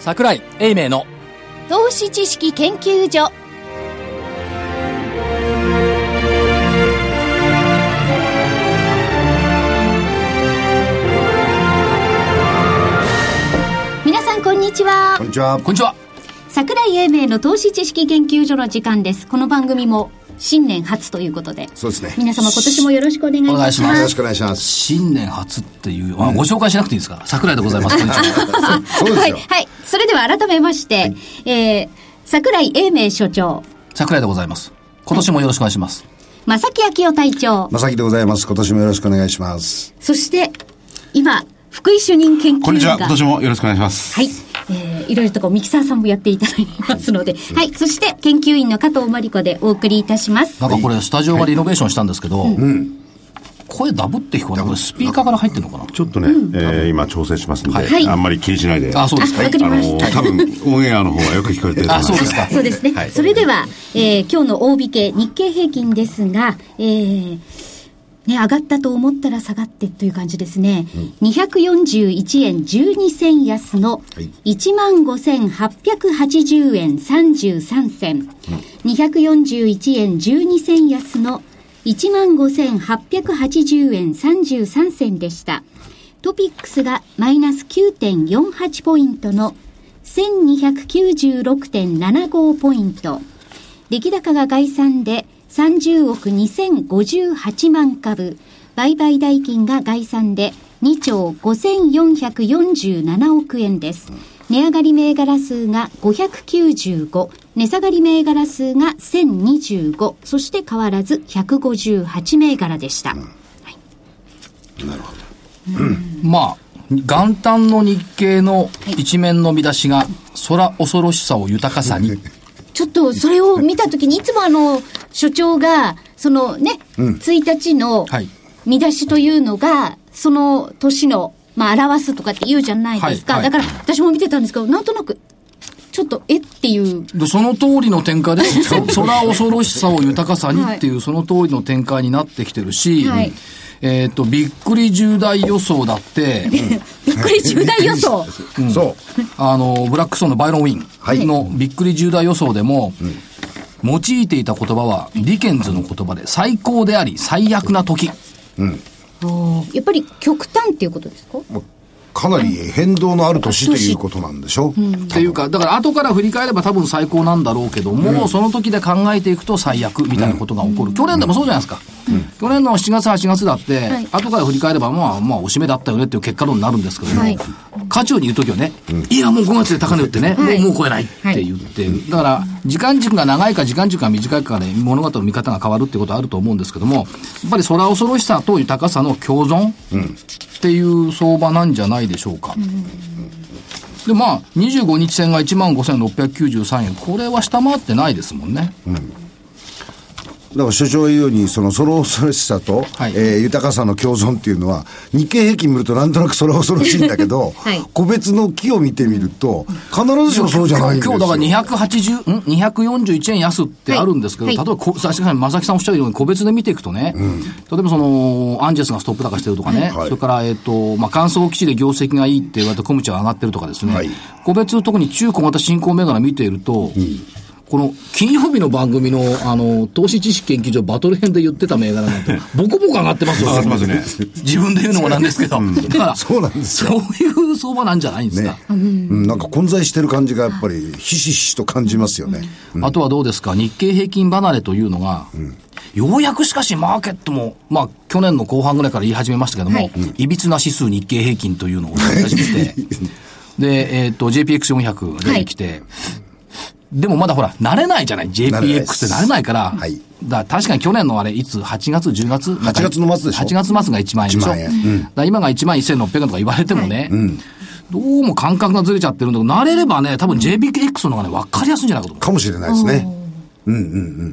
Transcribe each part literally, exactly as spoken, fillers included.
櫻井英明の投資知識研究所。皆さんこんにちは。 こんにちは。 こんにちは。 櫻井英明の投資知識研究所の時間です。この番組も新年初ということで、 そうですね、 皆様今年もよろしくお願いいたします。 よろしくお願いします。 新年初っていう、うん、ご紹介しなくていいですか。櫻井でございます。こんにちは。 そうですよ。 はい、はい、それでは改めまして、はい、えー、櫻井英明所長、 櫻井でございます。今年もよろしくお願いします。 正木昭夫隊長、 正木でございます。今年もよろしくお願いします。 そして今福井主任研究員が、 こんにちは。今年もよろしくお願いします。 はい、えー、いろいろとこうミキサーさんもやっていただいていますので、はい、そして研究員の加藤真理子でお送りいたします。 なんかこれスタジオがリノベーションしたんですけど、はい、うん、声ダブって聞こえない。これスピーカーから入ってるのかな。 ちょっとね、うん、えー、今調整しますので、はい、あんまり気にしないで。 あ、そうですか。 わかりました。 あの多分オンエアの方がよく聞こえてると思います。 あ、そうですか。 そうですね。はい、それでは、えー、今日の大引け日経平均ですが、えーね、上がったと思ったら下がってという感じですね、うん、にひゃくよんじゅういちえんじゅうにせん安の いちまんごせんはっぴゃくはちじゅうえんさんじゅうさんせん、うん、にひゃくよんじゅういちえんじゅうにせん安の いちまんごせんはっぴゃくはちじゅうえんさんじゅうさんせんでした。トピックスがマイナス きゅうてんよんはち ポイントの せんにひゃくきゅうじゅうろくてんななご ポイント、出来高が概算でさんじゅうおくにせんごじゅうはちまんかぶ、売買代金が概算でにちょうごせんよんひゃくよんじゅうななおくえんです。値上がり銘柄数がごひゃくきゅうじゅうご、値下がり銘柄数がせんにじゅうご、そして変わらずひゃくごじゅうはち銘柄でした。うん、はい、 なるほど。 うん、まあ元旦の日経の一面の見出しが、空恐ろしさを豊かさに。 ちょっとそれを見たときにいつもあの所長がそのね、うん、ついたちの見出しというのがその年のまあ表すとかって言うじゃないですか、はいはい、だから私も見てたんですけど、なんとなくちょっとえっていうその通りの展開で空恐ろしさを豊かさにっていう、はい、その通りの展開になってきてるし、はい、えっ、ー、とびっくり重大予想だって、うん、 びっくり重大予想、 うん、そうあのブラックソーンのバイロン・ウィンのびっくり重大予想でも、うん、用いていた言葉はディケンズの言葉で最高であり最悪な時、 うん、やっぱり極端っていうことですか。 かなり変動のある年ということなんでしょ、うん、 っていうかだから後から振り返れば多分最高なんだろうけども、うん、その時で考えていくと最悪みたいなことが起こる、うん、去年でもそうじゃないですか、うん、去年のしがつはちがつだって、はい、後から振り返ればまあまあおしめだったよねっていう結果論になるんですけども、はい、渦中に言う時はね、うん、いやもうごがつで高値打ってね、はい、もうもう超えないって言ってる、はい、だから時間軸が長いか時間軸が短いかで物事の見方が変わるってことはあると思うんですけども、やっぱり空恐ろしさと豊かさの共存、うん、っていう相場なんじゃないでしょうか、うん、でまあにじゅうごにち線が いちまんごせんろっぴゃくきゅうじゅうさんえん、これは下回ってないですもんね、うん、 だから所長が言うようにその空恐ろしさと、はい、えー、豊かさの共存っていうのは日経平均見るとなんとなく空恐ろしいんだけど、はい、個別の木を見てみると必ずしもそうじゃないんですよ。 今日だからにひゃくはちじゅう、んにひゃくよんじゅういちえん安ってあるんですけど、はいはい、例えば確かに正木さんおっしゃるように個別で見ていくとね、うん、例えばそのアンジェスがストップ高してるとかね、はい、それからえっ、ー、とまあ乾燥基地で業績がいいって言われたコムチが上がってるとかですね、はい、個別特に中小型新興銘柄見ていると、うん、この金曜日の番組のあの投資知識研究所バトル編で言ってた銘柄なんてボコボコ上がってますよ。上がってますね。自分で言うのもなんですけど、うん、だからそうなんですよ。 そういう相場なんじゃないんですか、ね、 うん、なんか混在してる感じがやっぱりひしひしと感じますよね、 うん、あとはどうですか、日経平均離れというのが、うん、ようやくしかしマーケットもまあ去年の後半ぐらいから言い始めましたけども、はい、いびつな指数日経平均というのを言い始めてで、えっ、ー、と ジェイピーエックスよんひゃく 出てきて、はい、でもまだほら慣れないじゃない ジェイピーエックス って慣れないから、はい、だから確かに去年のあれいつはちがつじゅうがつはちがつの末でしょ。はちがつ末がいちまんえんでしょ、うん、だ今がいちまんせんろっぴゃくえんとか言われてもね、はい、うん、どうも感覚がずれちゃってるんだけど慣れればね多分 ジェイピーエックス の方がね分かりやすいんじゃないかと思う。 かもしれないですね。うんうんうん。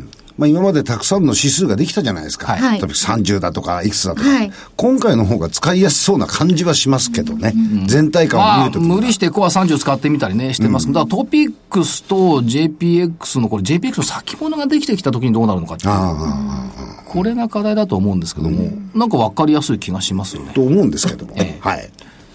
まあ、今までたくさんの指数ができたじゃないですか、はい、例えばさんじゅうだとかいくつだとか、はい、今回の方が使いやすそうな感じはしますけどね、うん、全体感を見るときに、 まあ、無理してコアさんじゅう使ってみたりねしてます、うん、だからトピックスと ジェイピーエックス のこれ ジェイピーエックス の先物ができてきたときにどうなるのかっていう、あこれが課題だと思うんですけども、うん、なんか分かりやすい気がしますよねと思うんですけども、ええ、はい。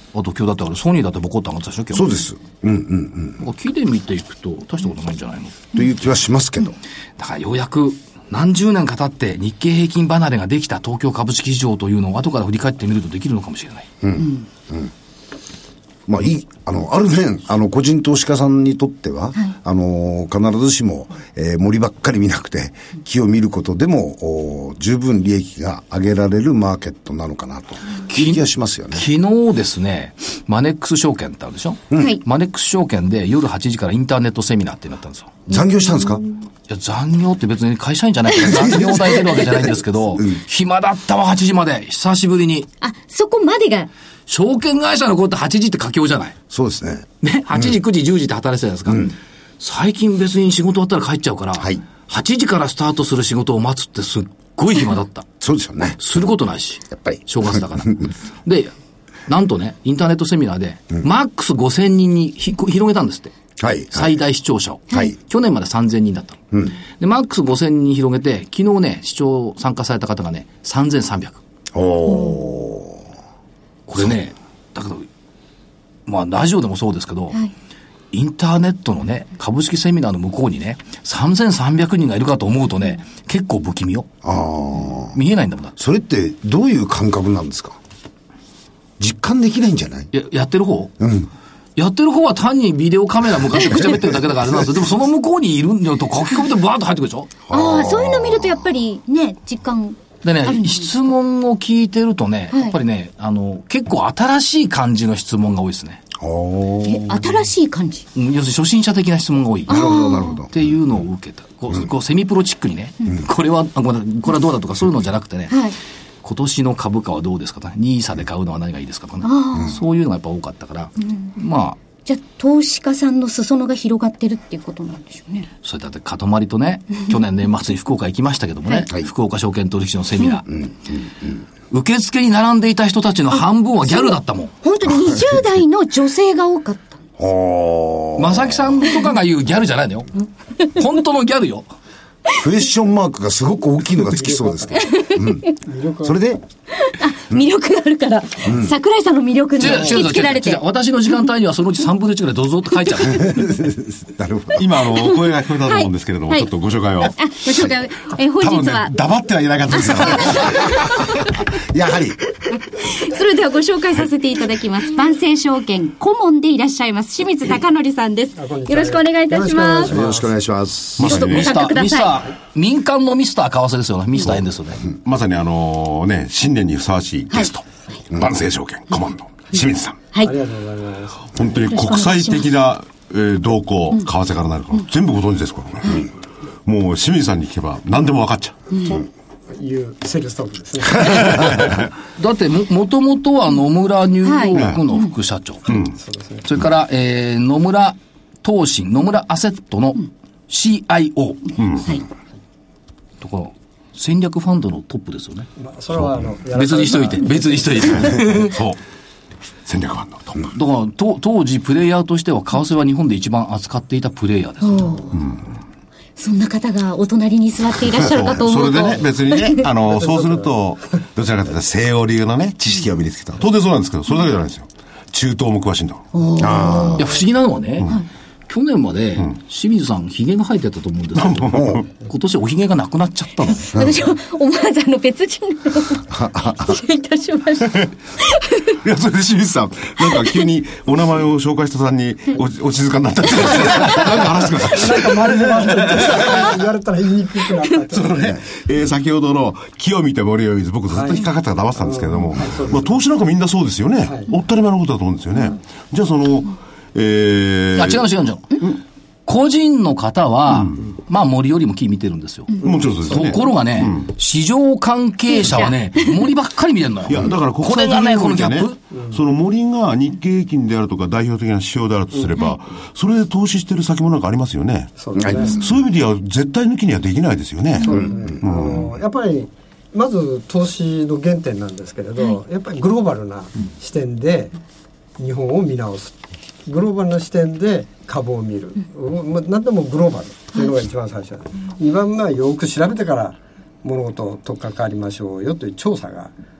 あと今日だってあれソニーだってボコッと上がってたでしょ今日。 そうです。うんうんうん。 木で見ていくと大したことないんじゃないの、 という気はしますけど。 だからようやく何十年か経って日経平均離れができた東京株式市場というのを後から振り返ってみるとできるのかもしれない。うん。うん。 まあいい、あの、ある面、あの、個人投資家さんにとっては、はい、あの、必ずしも、えー、森ばっかり見なくて、木を見ることでも、十分利益が上げられるマーケットなのかなと、気がしますよね。 昨日ですね、マネックス証券ってあるでしょ、うん、マネックス証券で夜はちじからインターネットセミナーってなったんですよ。 残業したんですか？ いや、残業って別に会社員じゃないから残業代出るわけじゃないんですけど、うん、暇だったわ、はちじまで。久しぶりに。 あ、そこまでが。 証券会社の子ってはちじって佳境じゃない。 そうですね。 ね、はちじ、くじ、じゅうじって働いてたじゃないですか。うん、最近別に仕事終わったら帰っちゃうから、はい、はちじからスタートする仕事を待つってすっごい暇だった。 そうですよね。 することないし。 やっぱり。 正月だから。で、なんとね、インターネットセミナーで、うん、マックスごせんにんにひ広げたんですって。はい。最大視聴者を。はい。去年までさんぜんにんだったの。うん。で、マックスごせんにん広げて、昨日ね、視聴参加された方がね、さんぜんさんびゃく。おー。これね、だけど、まあ、ラジオでもそうですけど、はい、インターネットのね、株式セミナーの向こうにね、さんぜんさんびゃくにんがいるかと思うとね、結構不気味よ。ああ。見えないんだもんだ。 それってどういう感覚なんですか？実感できないんじゃない？ や、やってる方？ うん。 やってる方は単にビデオカメラ向かってくちゃべってるだけだからあれなんですよ。でもその向こうにいるんだと書き込みでバーッと入ってくるでしょ？ ああ、そういうの見るとやっぱりね、実感。 でね、質問を聞いてるとね、はい、やっぱりね、あの、結構新しい感じの質問が多いですね。 え、新しい感じ？ 要するに初心者的な質問が多い。 なるほど、なるほど。 っていうのを受けた。こう、うん、こうセミプロチックにね、うん、これは、これはどうだとかそういうのじゃなくてね、はい、今年の株価はどうですかとか、ニーサで買うのは何がいいですかとかね、うん、そういうのがやっぱ多かったから、うん、まあ、 じゃあ投資家さんの裾野が広がってるっていうことなんでしょうね。 それだって塊とね、去年年末に福岡行きましたけどもね、はい、福岡証券取引所のセミナー、うんうんうんうん、受付に並んでいた人たちの半分はギャルだったもん。 本当ににじゅう代の女性が多かった。 正木さんとかが言うギャルじゃないのよ。本当のギャルよ。 クエスチョンマークがすごく大きいのがつきそうですけど、うん、それであ魅力があるから、うん、桜井さんの魅力に引きつけられて、 私の時間帯にはそのうちさんぶんのいちぐらいどうぞって書いちゃう。 なるほど。 今あの声が聞こえたと思うんですけれども、はい、ちょっとご紹介を。あ、ご紹介を。え本日は、 ね、黙ってはいなかったですよ。 やはり。 それではご紹介させていただきます。万世証券顧問でいらっしゃいます清水貴則さんです。よろしくお願いいたします。 よろしくお願いします。 ミスター、ミスター、ミスター、民間のミスター為替ですよね。ミスター円ですよね。 うん、まさにあのね、新年にふさわしいゲスト、はい、万世証券顧問の清水さん。 はい。 ありがとうございます。 本当に国際的な、えー、動向、為替からなるから、うん、全部ご存知ですからね、うん。もう清水さんに聞けば何でも分かっちゃう。うんいうセールストークですね。 だっても、もともとは野村ニューヨークの副社長。はいうん、それから、えー、野村投信、野村アセットの シーアイオー。うんはい、ところ、戦略ファンドのトップですよね。 まあ、それはあの、 別にしといて、別にしといて。 そう。戦略ファンドのトップ。 だから、当時プレイヤーとしては、為替は日本で一番扱っていたプレイヤーですよ。うんそんな方がお隣に座っていらっしゃるかと思うと。 それでね、別にね、あの、そうすると、どちらかというと西洋流のね、知識を身につけた。当然そうなんですけど、それだけじゃないですよ。中東も詳しいんだ。 あいや、不思議なのはね、うん去年まで、うん、清水さん、ヒゲが生えてたと思うんですけど、今年おヒゲがなくなっちゃったの。 私は思わずあの別人の失礼いたしました。いや、それで清水さん、なんか急にお名前を紹介したさんにお、お静かになったってなんか話してください。 なんか丸で丸で言われたら言いにくくなったって。 そのね、えー、先ほどの木を見て森を見ず、僕ずっと引っかかって黙ってたんですけれども、はいはいまあ、投資なんかみんなそうですよね。はい、おったり前のことだと思うんですよね。はい、じゃあその、えー、 あ、違う違う違う。個人の方は、うん、まあ森よりも木見てるんですよ。 うん、もちろんそうですね。 ところがね、うん、市場関係者はね、森ばっかり見てるのよ。 いや、だからこれがね、このギャップ、 うん、その森が日経平均であるとか代表的な指標であるとすれば、うん、それで投資してる先物なんかありますよね。 そうですね。 そういう意味では絶対抜きにはできないですよね。 そうですね。うん、あのやっぱり、まず投資の原点なんですけれど、はい、やっぱりグローバルな視点で日本を見直す。グローバルな視点で株を見る、うん、何でもグローバルというのが一番最初だ、うん、にばんめはよく調べてから物事と関わりましょうよという調査が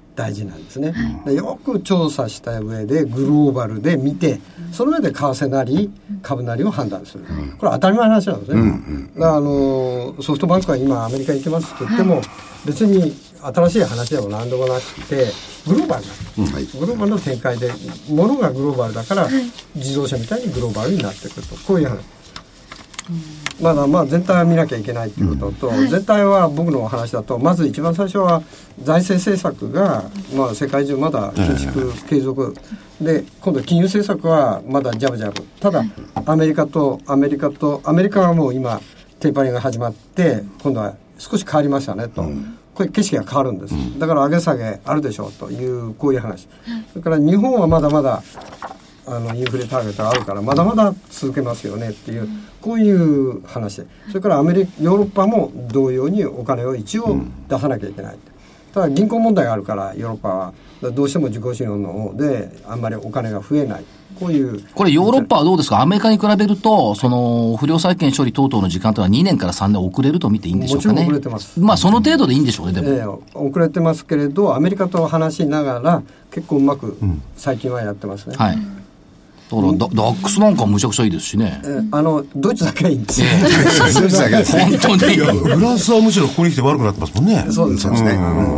大事なんですね、でよく調査した上でグローバルで見て、その上で為替なり株なりを判断する、これは当たり前の話なんですね、うんうん、だからあのソフトバンクは今アメリカ行きますと言っても別に新しい話でも何でもなくてグローバルな、うん、グローバルの展開で物がグローバルだから自動車みたいにグローバルになってくると、こういう話、まだまあ全体は見なきゃいけないということと、うんはい、全体は僕のお話だとまず一番最初は財政政策が、まあ、世界中まだ緊縮継続で、今度金融政策はまだジャブジャブ、ただアメリカとアメリカとアメリカはもう今テーパリングが始まって今度は少し変わりましたねと、うん、これ景色が変わるんです、うん、だから上げ下げあるでしょうというこういう話、それから日本はまだまだあのインフレターゲットがあるからまだまだ続けますよねっていうこういう話で、それからアメリカヨーロッパも同様にお金を一応出さなきゃいけない、ただ銀行問題があるからヨーロッパはどうしても自己信用の方であんまりお金が増えない、こういうこれヨーロッパはどうですか、アメリカに比べるとその不良債権処理等々の時間というのはにねんからさんねん遅れると見ていいんでしょうかね。 もちろん遅れてます、 まあその程度でいいんでしょうね。でも、 えー、遅れてますけれどアメリカと話しながら結構うまく最近はやってますね、うん、はい。だから ダ, ダックスなんかむちゃくちゃいいですしね、 えー、あのドイツだけはいいんですよドイツだけです本当にフランスはむしろここに来て悪くなってますもんね。 そうですね、うん、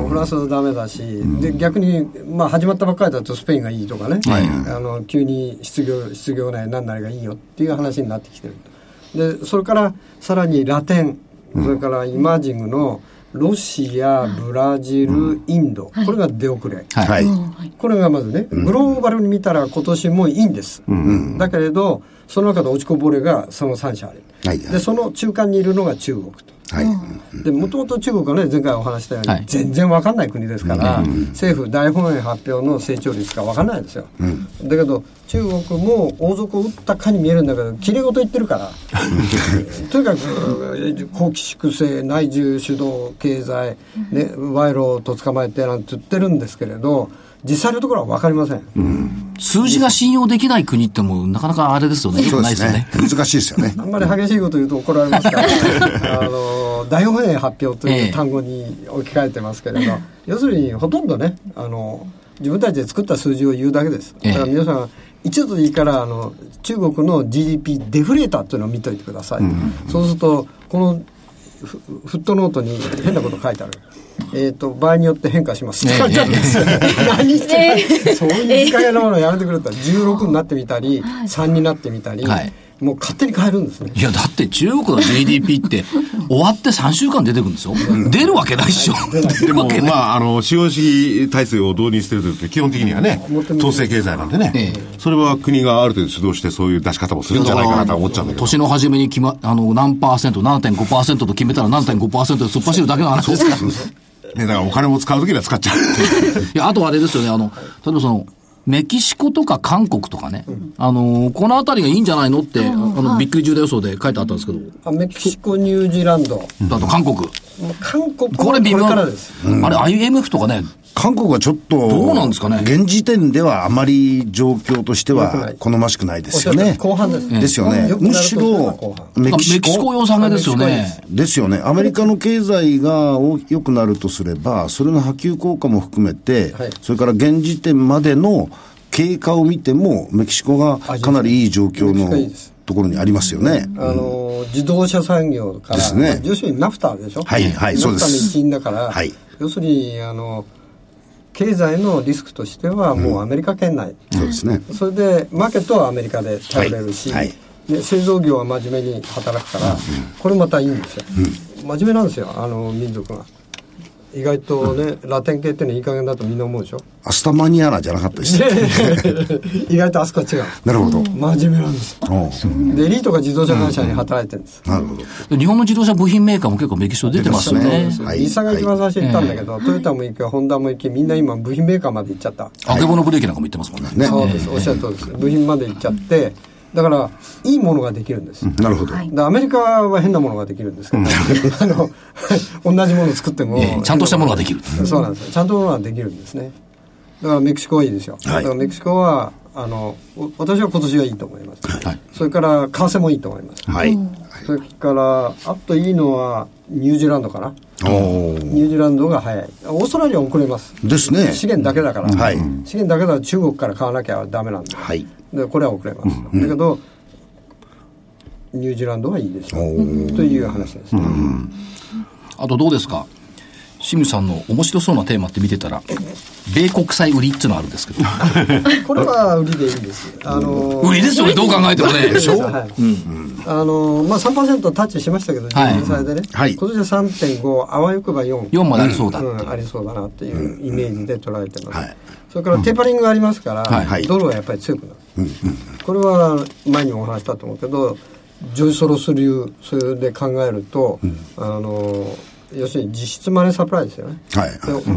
フランスはダメだし、うん、で逆に、まあ、始まったばっかりだとスペインがいいとかね、はい、あの急に失業失業内何なりがいいよっていう話になってきてる。でそれからさらにラテン、それからイマージングのロシア、ブラジル、うん、インド、これが出遅れ、はい、これがまずね、グローバルに見たら今年もいいんです、うん、だけれどその中で落ちこぼれがそのさん社ある、はい、でその中間にいるのが中国と、はい、でもともと中国はね前回お話したように、はい、全然分かんない国ですから、うん、政府大本営発表の成長率が分かんないんですよ、うん、だけど中国も王族を打ったかに見えるんだけどきれいごと言ってるからとにかく好奇粛正内需主導経済、ね、賄賂と捕まえてなんて言ってるんですけれど実際のところは分かりません、うん、 数字が信用できない国ってもなかなかあれですよね。 そうですね、難しいですよねあんまり激しいこと言うと怒られますからあの大本営発表という単語に置き換えてますけれど、えー、要するにほとんどねあの自分たちで作った数字を言うだけです。だから皆さん一度でいいからあの中国の ジーディーピー デフレーターというのを見といてください、うん、そうするとこのフ, フットノートに変なこと書いてある、えー、と場合によって変化しますって書いてあるんですよ、ね、何言ってんそういう使い方なものをやめてくれたらじゅうろくになってみたりさんになってみたり、はい、もう勝手に変えるんですね。 いやだって中国の ジーディーピー って終わってさんしゅうかん出てくるんですよ出るわけないでしょでもまああの資本主義体制を導入してるというと基本的にはね統制経済なんでね、ええ、それは国がある程度主導してそういう出し方もするんじゃないかなと思っちゃうんだけど、 年の初めに決、ま、あの何パーセント ななてんごパーセント と決めたら ななてんごパーセント で突っ走るだけの話ですからね、だからお金も使うときには使っちゃういやあとはあれですよね、あの例えばそのメキシコとか韓国とかね、うん、あのー、このあたりがいいんじゃないのって、あの、はい、びっくり重大予想で書いてあったんですけど、 あメキシコニュージーランド、 うん、あと韓国、 韓国これ微妙からです、 うん、あれ アイエムエフ とかね韓国はちょっとどうなんですかね、 現時点ではあまり状況としては好ましくないですよね。 後半です、ね、 ですよね、むしろメキシコメキシコ良さげですよね。 ですよね。アメリカの経済が良くなるとすればそれの波及効果も含めて、はい、それから現時点までの経過を見てもメキシコがかなりいい状況のところにありますよね。 あの自動車産業からですね、要するにナフタでしょ、 はいはい、そうです。 ナフタの一員だから、はい、要するにあの経済のリスクとしてはもうアメリカ圏内、 うん、そうですね。 それでマーケットはアメリカで頼れるし、はいはい、で製造業は真面目に働くから、うん、これまたいいんですよ、うん、真面目なんですよあの民族が。意外とね、うん、ラテン系ってのはいい加減だとみんな思うでしょ。 アスタマニアナじゃなかったです意外とあそこは違う。 なるほど、 真面目なんですでエリートが自動車会社に働いてるんです、 うんうん、なるほど。 日本の自動車部品メーカーも結構メキシコ出てますよね。 日産が一番最初に行ったんだけど、はい、トヨタも行きホンダも行きみんな今部品メーカーまで行っちゃった。 あけぼのブレーキなんかも行ってますもんね。 ね、そうです、おっしゃる通りです。部品まで行っちゃってだからいいものができるんです、 うん、なるほど。 でアメリカは変なものができるんですけど、うん、あの同じものを作っても、 えー、ちゃんとしたものができる。 そうなんですよ。ちゃんとものができるんですね。だからメキシコはいいですよ、はい、だからメキシコはあの私は今年はいいと思います、はい、それから為替もいいと思います、 はい、 それからあといいのはニュージーランドかな。ニュージーランドが早い。オーストラリアは遅れますですね。 資源だけだから、 はい、 資源だけだから中国から買わなきゃダメなんで、はい、でこれは遅れます、うん、だけどニュージーランドはいいですよという話ですね、うん、 あとどうですか、清水さんの面白そうなテーマって見てたら米国債売りっていうのがあるんですけどこれは売りでいいんです、あのー、 売りですよね、どう考えてもねでしょ、はい、 うんあのーまあ、さんパーセント タッチしましたけど、じゅうねん債でね、はい、今年は さんてんご、あわよくばよん、 よんまでありそうだ、 うん、ありそうだなっていうイメージで捉えてます、はい、それからテーパリングがありますから、はい、ドルはやっぱり強くなる、はい、これは前にもお話したと思うけど、ジョイソロス流それで考えると、うん、あのー要するに実質マネーサプライですよね、はい、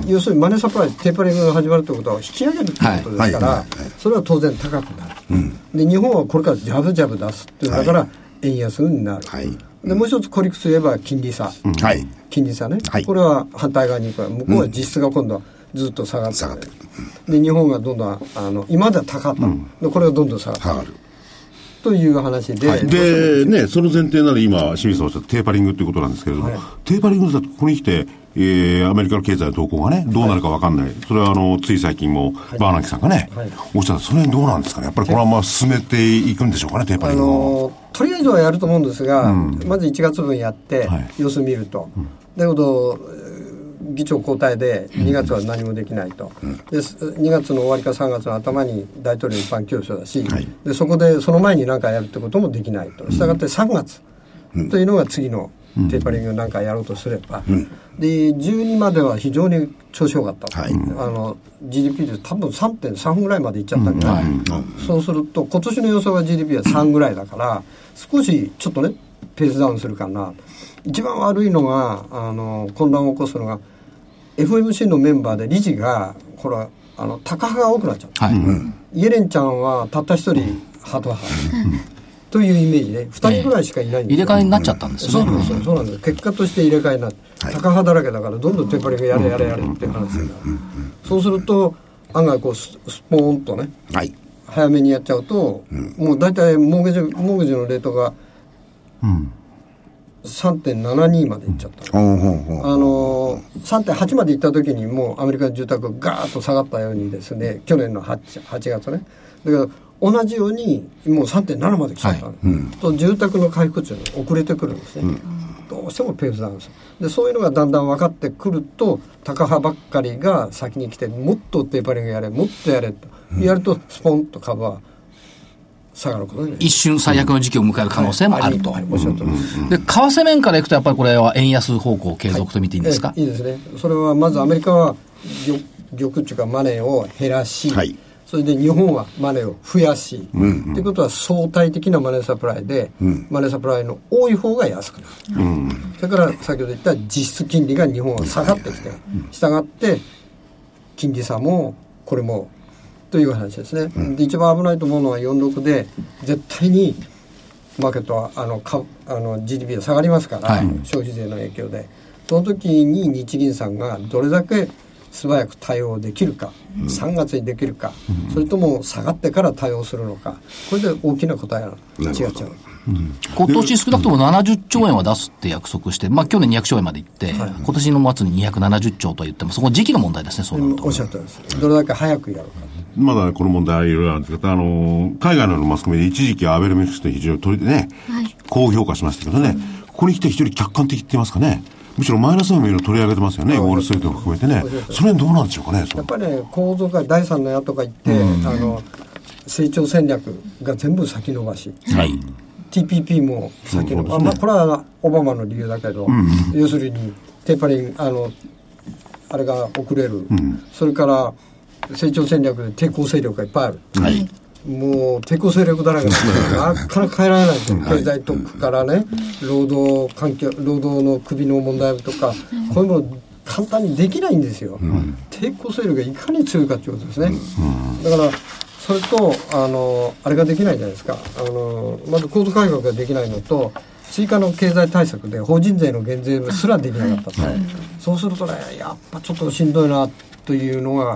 要するにマネーサプライテーパリングが始まるということは引き上げるということですから、はいはいはい、それは当然高くなる、うん、で日本はこれからジャブジャブ出すっていうだから円安になる、はい、でもう一つ孤立すれば金利差、うん、金利差ね、はい、これは反対側に行くから向こうは実質が今度はずっと下がって、うん、で日本がどんどんあの今までは高かった、うん、でこれがどんどん下がってるという話で、 はい、でね、その前提なら今清水さんおっしゃったテーパリングということなんですけれども、はい、テーパリングだとここに来て、えー、アメリカの経済の動向がねどうなるか分かんない、はい、それはあのつい最近もバーナンキさんがね、はい、おっしゃったその辺どうなんですかね、やっぱりこのまま進めていくんでしょうかね、テーパリングを、あのとりあえずはやると思うんですが、うん、まずいちがつぶんやって、はい、様子見ると、うん、だけど議長交代でにがつは何もできないと、うん、でにがつの終わりかさんがつの頭に大統領一般教書だし、はい、でそこでその前に何かやるってこともできないと、したがってさんがつというのが次のテーパリングなんかやろうとすれば、うん、でじゅうにまでは非常に調子よかった、はい、あの ジーディーピー で多分 さんてんさん ぐらいまでいっちゃったんじゃない、うんはい、そうすると今年の予想が ジーディーピー はさんぐらいだから少しちょっとねペースダウンするかな。一番悪いのがあの混乱を起こすのがエフエムシー のメンバーで理事がこれはあのタカ派が多くなっちゃった、はい、イエレンちゃんはたった一人ハト派というイメージでふたりぐらいしかいないんですよ、 えー、入れ替えになっちゃったんですね。 そうなんですよ、そうなんです。結果として入れ替えになって、はい、タカ派だらけだからどんどんテーパリングやれやれやれっていう話になる、そうすると案外こうスポーンとね、はい、早めにやっちゃうと、うん、もう大体モーゲージモーゲージのレートが、うん、さんてんななに までいっちゃった、うん、あの さんてんはち までいった時にもうアメリカの住宅がガーッと下がったようにですね、去年の 8, はちがつね、だけど同じようにもう さんてんなな まで来ちゃった、はい、うん、と住宅の回復っていうのが遅れてくるんですね、うん、どうしてもペースダウンする。でそういうのがだんだん分かってくるとタカ派ばっかりが先に来てもっとテーパリングやれもっとやれと、うん、やるとスポンと株は下がることに、 一瞬最悪の時期を迎える可能性もあると、 はいはい、おっしゃってます。 で為替面からいくとやっぱりこれは円安方向継続と見ていいんですか。 はい、いいですね。それはまずアメリカは玉っていうかマネーを減らし、はい、それで日本はマネーを増やし、うんうん、ということは相対的なマネーサプライで、うん、マネーサプライの多い方が安くなる、うん、それから先ほど言った実質金利が日本は下がってきて、したがって金利差もこれもという話ですね、うん、で一番危ないと思うのはよんじゅうろくで絶対にマーケットはあのかあの ジーディーピー が下がりますから、はい、消費税の影響でその時に日銀さんがどれだけ素早く対応できるか、うん、さんがつにできるか、うん、それとも下がってから対応するのか、これで大きな答えが違っちゃう、 うん、今年少なくともななじゅっちょうえんは出すって約束して、まあ、去年にひゃくちょうえんまでいって、はい、今年の末ににひゃくななじゅっちょうと言ってもそこ時期の問題ですね。そうなると、 おっしゃったんです。どれだけ早くやるか、 まだこの問題はいろいろあるんですけど、あの海外のマスコミで一時期アベノミクスと非常に取りでね、はい、高評価しましたけどね、はい、ここに来て非常に客観的って言いますかね、むしろマイナスの面を取り上げてますよね、ウォールストリートも含めてね。それはどうなんでしょうかね。 やっぱりね、構造がだいさんの矢とか言って、うん、あの成長戦略が全部先延ばし、はい、ティーピーピー も先延ばし、うん、ね、まあ、これはオバマの理由だけど、うん、要するにテーパリングあのあれが遅れる、うん、それから成長戦略で抵抗勢力がいっぱいある、はい、もう抵抗勢力だらけでなかなか変えられないですよ、経済特区からね、労働環境労働の首の問題とか、こういうもの簡単にできないんですよ、うん、抵抗勢力がいかに強いかということですね、うん、だからそれとあのあれができないじゃないですか、あのまず構造改革ができないのと追加の経済対策で法人税の減税すらできなかったと、はい、そうするとね、やっぱちょっとしんどいなというのが今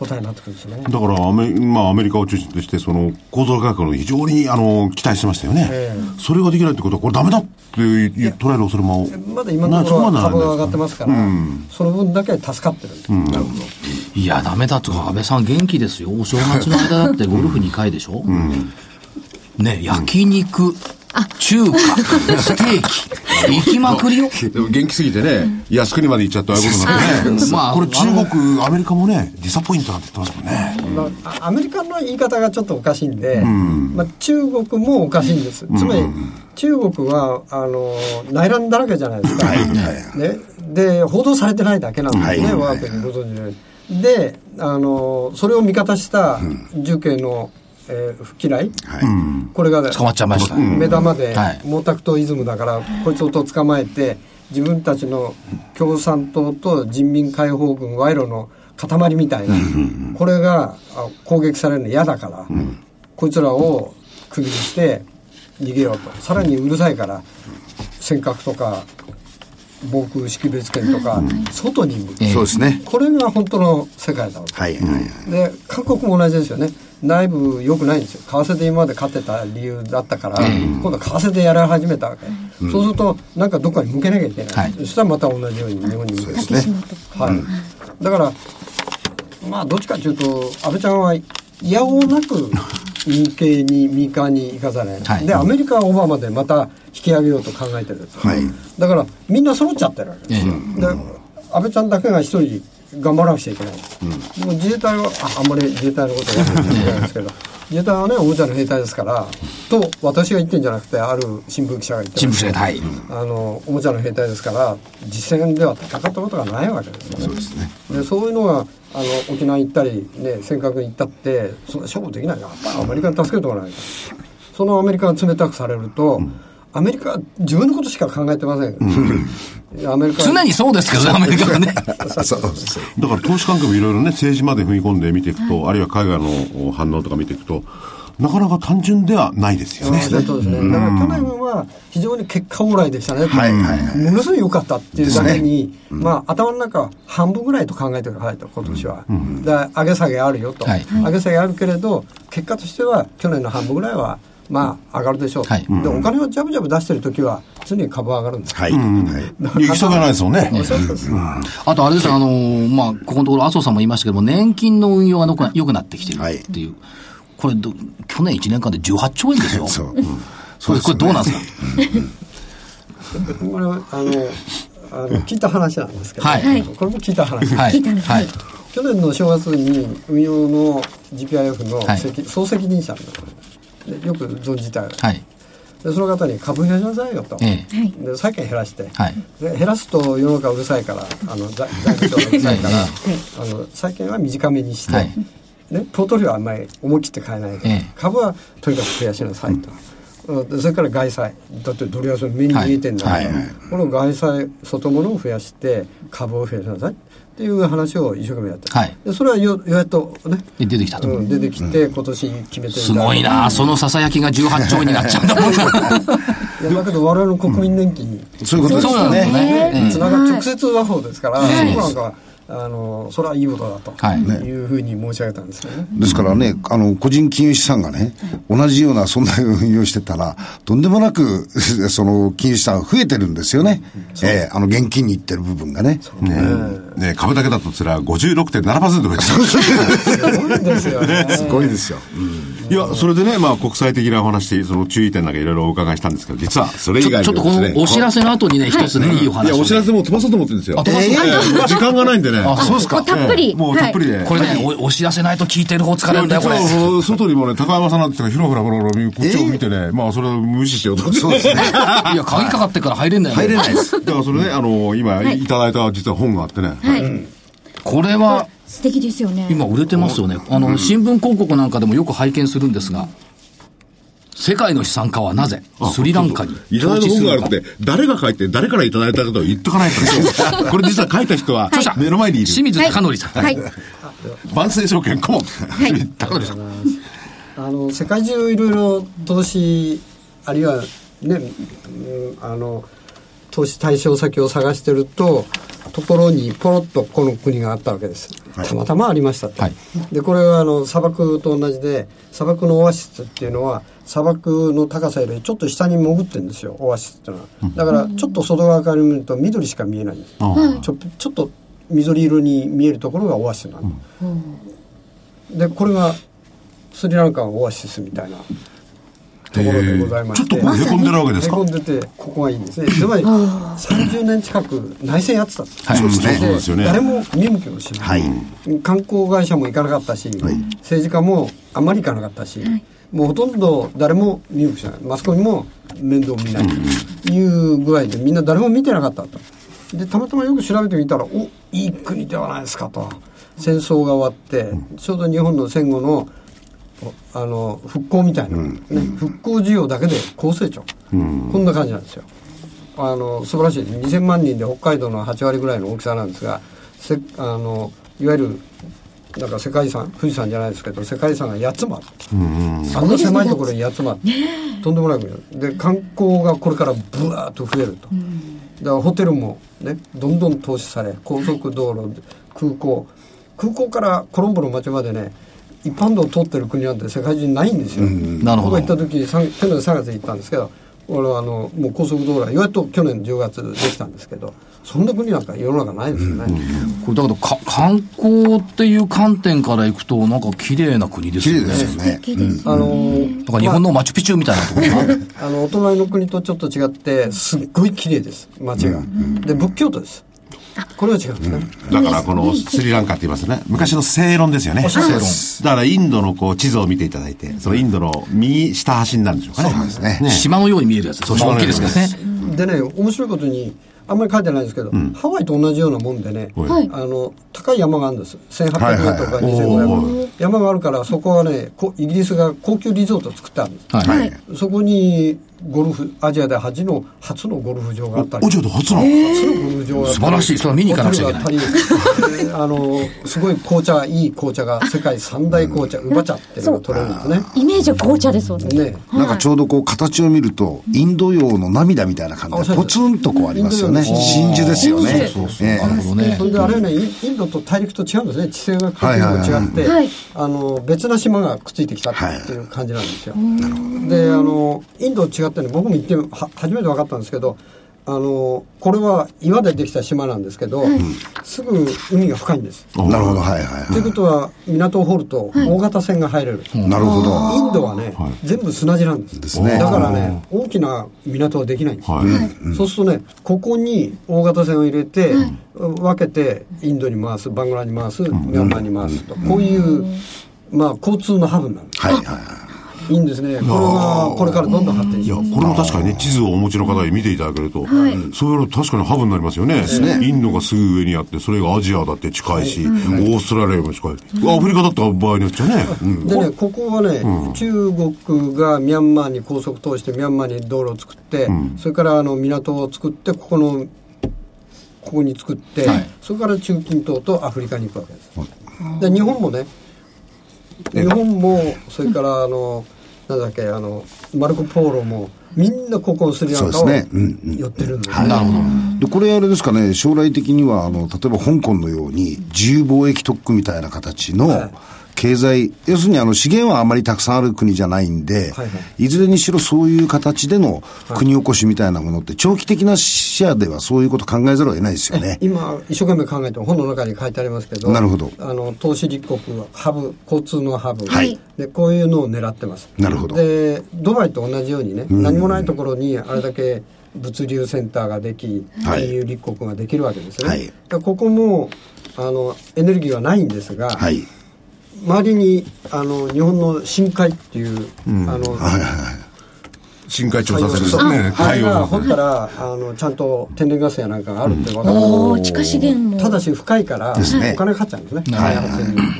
答えになってくるんですね。 だからアメ、まあ、アメリカを中心としてその構造改革の非常にあの期待してましたよね、えー、それができないってことはこれダメだって捉える恐れもまだ今のところは株が上がってますから、うん、その分だけ助かってるんです、うん、なるほど。 いやダメだとか安倍さん元気ですよ。お正月の間だってゴルフにかいでしょ、うん、ね焼肉中華ステーキ行きまくりよ。 でも元気すぎてね、靖国まで行っちゃったああいうことなんでねまあ、これ中国アメリカもねディサポイントなんて言ってますもんね、 まあ、アメリカの言い方がちょっとおかしいんで、うんまあ、中国もおかしいんです。つまり、うん、中国はあの内乱だらけじゃないですか、はいね、で報道されてないだけなんですね、はい、我が国ご存知のように。であのそれを味方した重慶の、えー、不嫌い、はい、これが、ね、 捕まっちゃいました。 目玉で、はい、毛沢東イズムだからこいつをと捕まえて自分たちの共産党と人民解放軍賄賂の塊みたいな、うん、これが攻撃されるの嫌だから、うん、こいつらをクビにして逃げようと。さらにうるさいから尖閣とか防空識別圏とか、うん、外に向く、 そうですね、 これが本当の世界だと、はいはい、で韓国も同じですよね。内部良くないんですよ。為替で今まで勝ってた理由だったから、うん、今度は為替でやり始めたわけ、うん、そうするとなんかどっかに向けなきゃいけない、はい、そしたらまた同じように日本に向けて、ねはいうん、だからまあどっちかというと安倍ちゃんはやおうなく日系に民間に行かざるを得ない、はい、でアメリカはオバマでまた引き上げようと考えてるんですよ、はい、だからみんな揃っちゃってるわけです、うん、で安倍ちゃんだけが一人頑張らなくちゃいけない、うん、でも自衛隊は あ, あんまり自衛隊のことは言ってないんですけど自衛隊はねおもちゃの兵隊ですからと私が言ってるんじゃなくてある新聞記者が言ってるんですけど、はい、あのおもちゃの兵隊ですから実戦では戦ったことがないわけですよね。そうですね。でそういうのがあの沖縄行ったり、ね、尖閣に行ったってそんな勝負できないからやっぱアメリカに助けるところないから、そのアメリカが冷たくされると、うんアメリカは自分のことしか考えてません、うん、アメリカ常にそうですけどねアメリカはねそうそうそうだから投資関係もいろいろね政治まで踏み込んで見ていくと、はい、あるいは海外の反応とか見ていくとなかなか単純ではないですよね。 そうですね、うん、だから去年は非常に結果オーライでしたね、はいはいはい、ものすごい良かったっていうだけに、ねうん、まあ頭の中半分ぐらいと考えてくださいと今年は、うん、だ上げ下げあるよと、はい、上げ下げあるけれど結果としては去年の半分ぐらいはまあ上がるでしょう、はい、でお金をジャブジャブ出してるときは常に株上がるんです、はいうんはい、 行き下がないですもんね、うん、 あとあれですよ、あのーまあ、ここのところ麻生さんも言いましたけども年金の運用が良くなってきてるっていう、はい、これ去年いちねんかんでじゅうはちちょうえんですよそう、うん、それこれどうなんですかこれはあのあの聞いた話なんですけど、はい、これも聞いた話、 はいはい、 去年の正月に運用の ジーピーアイエフ の、はい、総責任者のよく存じた、はい、でその方に株減らしなさいよと、ええ、で債券減らして、はい、で減らすと世の中うるさいからあの財務省がうるさいから、はい、あの債券は短めにして、はいね、ポートフォリオはあんまり思い切って買えないから、ええ、株はとにかく増やしなさいと、うん、それから外債だってドル安の目に見えてんだから、はいはい、この外債外物を増やして株を増やしなさいっていう話を一生懸命やって、はい、でそれはよよやっとね出てきたと、 うん、出てきて今年決めてる、うん、 すごいな、そのささやきがじゅうはちちょうえんになっちゃうんだもんいやだけど我々の国民年金に、 うん、そういうことですよねつなが直接はそうですから、はい、そこなんかあのそれはいいことだと、はい、いうふうに申し上げたんですよね。 ですからね、あの個人金融資産がね、同じようなそんな運用してたらとんでもなくその金融資産が増えてるんですよね、うんえー、あの現金にいってる部分がね。 ねね株だけだとそれは ごじゅうろくてんななパーセント 増えてるすごいですよねすごいですよ、 うん、いやそれでね、まあ、国際的なお話その注意点なんかいろいろお伺いしたんですけど実はそれ以外に、ね、 ちょっとこのお知らせの後にね一つね、はい、いいお話を、ね、いやお知らせも飛ばそうと思ってるんですよ、えー、時間がないんでねあそうですかたっぷり、 もうたっぷりで、はい、 これね、はい、お, お知らせないと聞いてる方疲れるんだよこれ外にもね高山さんなんて言ったらひらひらひらひらこっちを見てね、えー、まあそれは無視しようと思ってそうですねいや鍵かかってから入れんだよ入れないですだからそれねあの今、はい、いただいた実は本があってね、はいうん、これは素敵ですよね。 今売れてますよね。あの、うん、新聞広告なんかでもよく拝見するんですが、世界の資産家はなぜスリランカにいただいた本があるって誰が書いて誰からいただいたかと言っとかないとこれ実は書いた人は目の前にいる、 清水貴則さん、はい、 万世証券顧問、はい、貴則さんあの世界中いろいろ投資あるいはね、うん、あの投資対象先を探してるとところにポロッとこの国があったわけです、はい、たまたまありましたと、はい、でこれはあの砂漠と同じで、砂漠のオアシスっていうのは砂漠の高さよりちょっと下に潜ってるんですよ、オアシスっていうのは、うん、だからちょっと外側から見ると緑しか見えないんです、うん、ちょ、ちょっと緑色に見えるところがオアシスなの、うん、でこれがスリランカのオアシスみたいなところでございまして、 ちょっとへこんでるわけですか。 へこんでてここがいいんですね。つまりさんじゅうねん近く内戦やってたんです、 はい、そうですね。 誰も見向きもしない、はい、観光会社も行かなかったし、はい、政治家もあんまり行かなかったし、はい、もうほとんど誰も見向きしない、マスコミも面倒見ないという具合で、みんな誰も見てなかったと。でたまたまよく調べてみたら、おいい国ではないですかと。戦争が終わってちょうど日本の戦後のあの復興みたいな、ね、うん、復興需要だけで高成長、うん、こんな感じなんですよ。あの素晴らしいにせんまんにんで北海道のはちわりぐらいの大きさなんですが、せあのいわゆるなんか世界遺産、富士山じゃないですけど世界遺産がやっつもある、うん、あんな狭いところにやっつもある、とんでもなくで観光がこれからブワーッと増えると、うん、だからホテルも、ね、どんどん投資され、高速道路、空港空港からコロンボの町までね、一般道を通ってる国なんて世界中にないんですよ、うん、なるほど。僕が行った時去年さんがつに行ったんですけど、俺はあのもう高速道路はやっと去年じゅうがつできたんですけど、そんな国なんか世の中ないですよね、 うん、これだけどか観光っていう観点からいくとなんか綺麗な国ですよね。 綺麗ですよね、うん、 あのだから日本のマチュピチュみたいなところがあのお隣の国とちょっと違ってすっごい綺麗です街が、うん、で仏教徒です。これは違うんですね、 うん、だからこのスリランカって言いますね、昔の正論ですよね。正論だからインドのこう地図を見ていただいて、そのインドの右下端になるんでしょうかね。 そうですね、 ね、島のように見えるやつ、そう大きいですけどね。 でね、面白いことにあんまり書いてないんですけど、うん、ハワイと同じようなもんでね、はい、あの高い山があるんです。せんはっぴゃくメートルとかにせんごひゃくメートル山があるから、そこはねイギリスが高級リゾートを作ってあるんです、はい、そこにゴルフアジアで初の初のゴルフ場があったり、 アジアで初の初のゴルフ場が素晴らしい。それは見に行かなくちゃいけない。 あのすごい紅茶、いい紅茶が世界三大紅茶、ウバ茶っていうのが取れるんですね。 イメージは紅茶ですもん ね, ねなんかちょうどこう形を見るとインド洋の涙みたいな感じでポツンとこうありますよね。真珠ですよね。 そうそう、えー、なるほどね。 それであれはね、インドと大陸と違うんですね。地政学的にも違って、はいはいはい、あの別な島がくっついてきたっていう感じなんですよ、はい、であのインド違ってね、僕も行っては初めて分かったんですけど、あのこれは岩でできた島なんですけど、うん、すぐ海が深いんです。 なるほど、はいはいはい。 ということは港を掘ると大型船が入れる、 はい、なるほど。 インドはね、はい、全部砂地なんです。ですね。だからね、大きな港はできないんです、はい、そうするとね、ここに大型船を入れて、はい、分けてインドに回す、バングラに回す、ミャンマーに回すと、こういう、まあ、交通のハブなんです。はいはいはい。いいんですね。これはこれからどんどん発展します。 いや、これも確かにね、地図をお持ちの方に見ていただけると、はい、そういうの確かにハブになりますよね。インドがすぐ上にあって、それがアジアだって近いし、はい、オーストラリアも近い、うん、アフリカだった場合によっちゃね、うん、 でね、ここはね、うん、中国がミャンマーに高速通してミャンマーに道路を作って、うん、それからあの港を作って、ここのここに作って、はい、それから中近東とアフリカに行くわけです、はい、で日本もね、日本もそれからあのなんだっけ、あのマルコ・ポーロもみんなここスリランカを寄ってるんですね。 なるほど。でこれあれですかね、将来的にはあの例えば香港のように自由貿易特区みたいな形の、はい、経済、要するにあの資源はあまりたくさんある国じゃないんで、はいはい、いずれにしろそういう形での国おこしみたいなものって長期的な視野ではそういうこと考えざるを得ないですよね。 今一生懸命考えて本の中に書いてありますけど、 なるほど、 あの投資立国ハブ、交通のハブ、はい、でこういうのを狙ってます。 なるほど。 でドバイと同じようにね、何もないところにあれだけ物流センターができ、はい、いう立国ができるわけですね、はい、ここもあのエネルギーはないんですが、はい、周りにあの日本の深海っていう、うん、あの、はいはいはい、 深海調査船ですね。 あれが掘ったらあのちゃんと天然ガスやなんかがあるって分かる、 うん、地下資源もただし深いからお金かかっちゃうんですね、はいはいはい、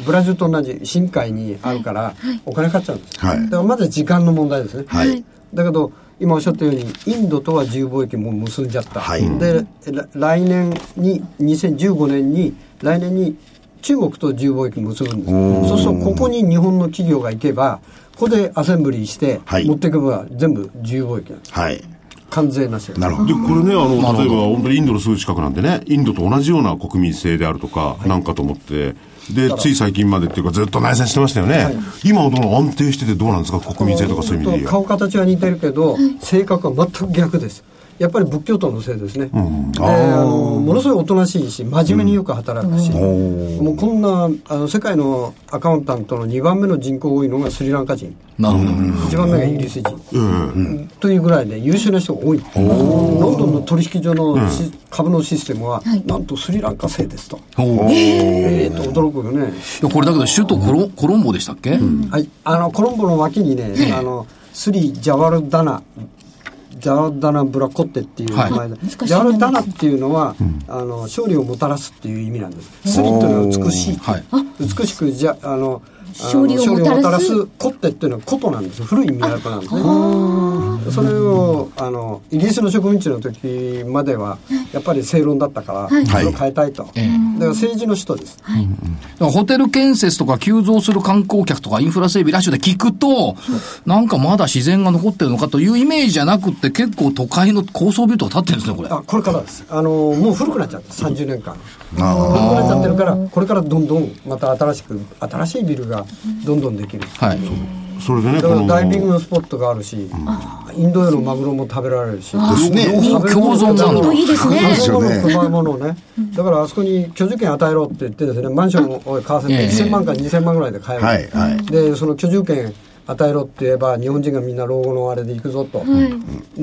ブラジルと同じ深海にあるからお金かかっちゃうんです、はい、だからまず時間の問題ですね、はい、だけど今おっしゃったようにインドとは自由貿易も結んじゃった、はい、で来年ににせんじゅうごねんに来年に中国と自由貿易結ぶんです。そうするとここに日本の企業が行けばここでアセンブリーして持っていけば全部自由貿易なんです、 はい、 関税なしなるほど。で、これね、あの、例えば、本当にインドのすぐ近くなんでね、インドと同じような国民性であるとか、なんかと思って、で、つい最近までっていうか、ずっと内戦してましたよね。はい、今はどう安定しててどうなんですか、国民性とかそういう意味で。 顔形は似てるけど、性格は全く逆です。やっぱり仏教徒のせいですね、うん、であのものすごいおとなしいし真面目によく働くし、うん、もうこんなあの世界のアカウンタントのにばんめの人口多いのがスリランカ人、なるほど、いちばんめがイギリス人、うん、というぐらいで優秀な人が多い。ロンドンの取引所の、うん、株のシステムは、はい、なんとスリランカ製ですと、えー、と驚くよね。 いやこれだけど首都コロ、コロンボでしたっけ、うん、 はい、あのコロンボの脇にね、あのスリ・ジャワルダナジャワルダナ・ブラコッテっていう名前で、はい、ジャワルダナっていうのは、うん、あの勝利をもたらすっていう意味なんです。スリというのは美しい、はい、美しくじゃあの勝利をもたらすコッテっていうのは琴なんですよ。古い都なんですね。それをあのイギリスの植民地の時まではやっぱり正論だったから、はい、それを変えたいと、はい、だから政治の首都です、はい、 うん、ホテル建設とか急増する観光客とかインフラ整備ラッシュで聞くとなんかまだ自然が残ってるのかというイメージじゃなくって結構都会の高層ビルとか建ってるんですね。これあこれからです。あのもう古くなっちゃってさんじゅうねんかん古くなっちゃってるから、これからどんどんまた新しく新しいビルがどんどんできる、はい、 それでね、 だからダイビングのスポットがあるし、うん、インド洋のマグロも食べられるし、 ですね、共存なんだ。 いいですね。 熊物をね、だからあそこに居住権与えろって言ってですね、マンションを買わせてせんまんかにせんまんぐらいで買える、はいはい、でその居住権与えろって言えば日本人がみんな老後のあれで行くぞと、はい、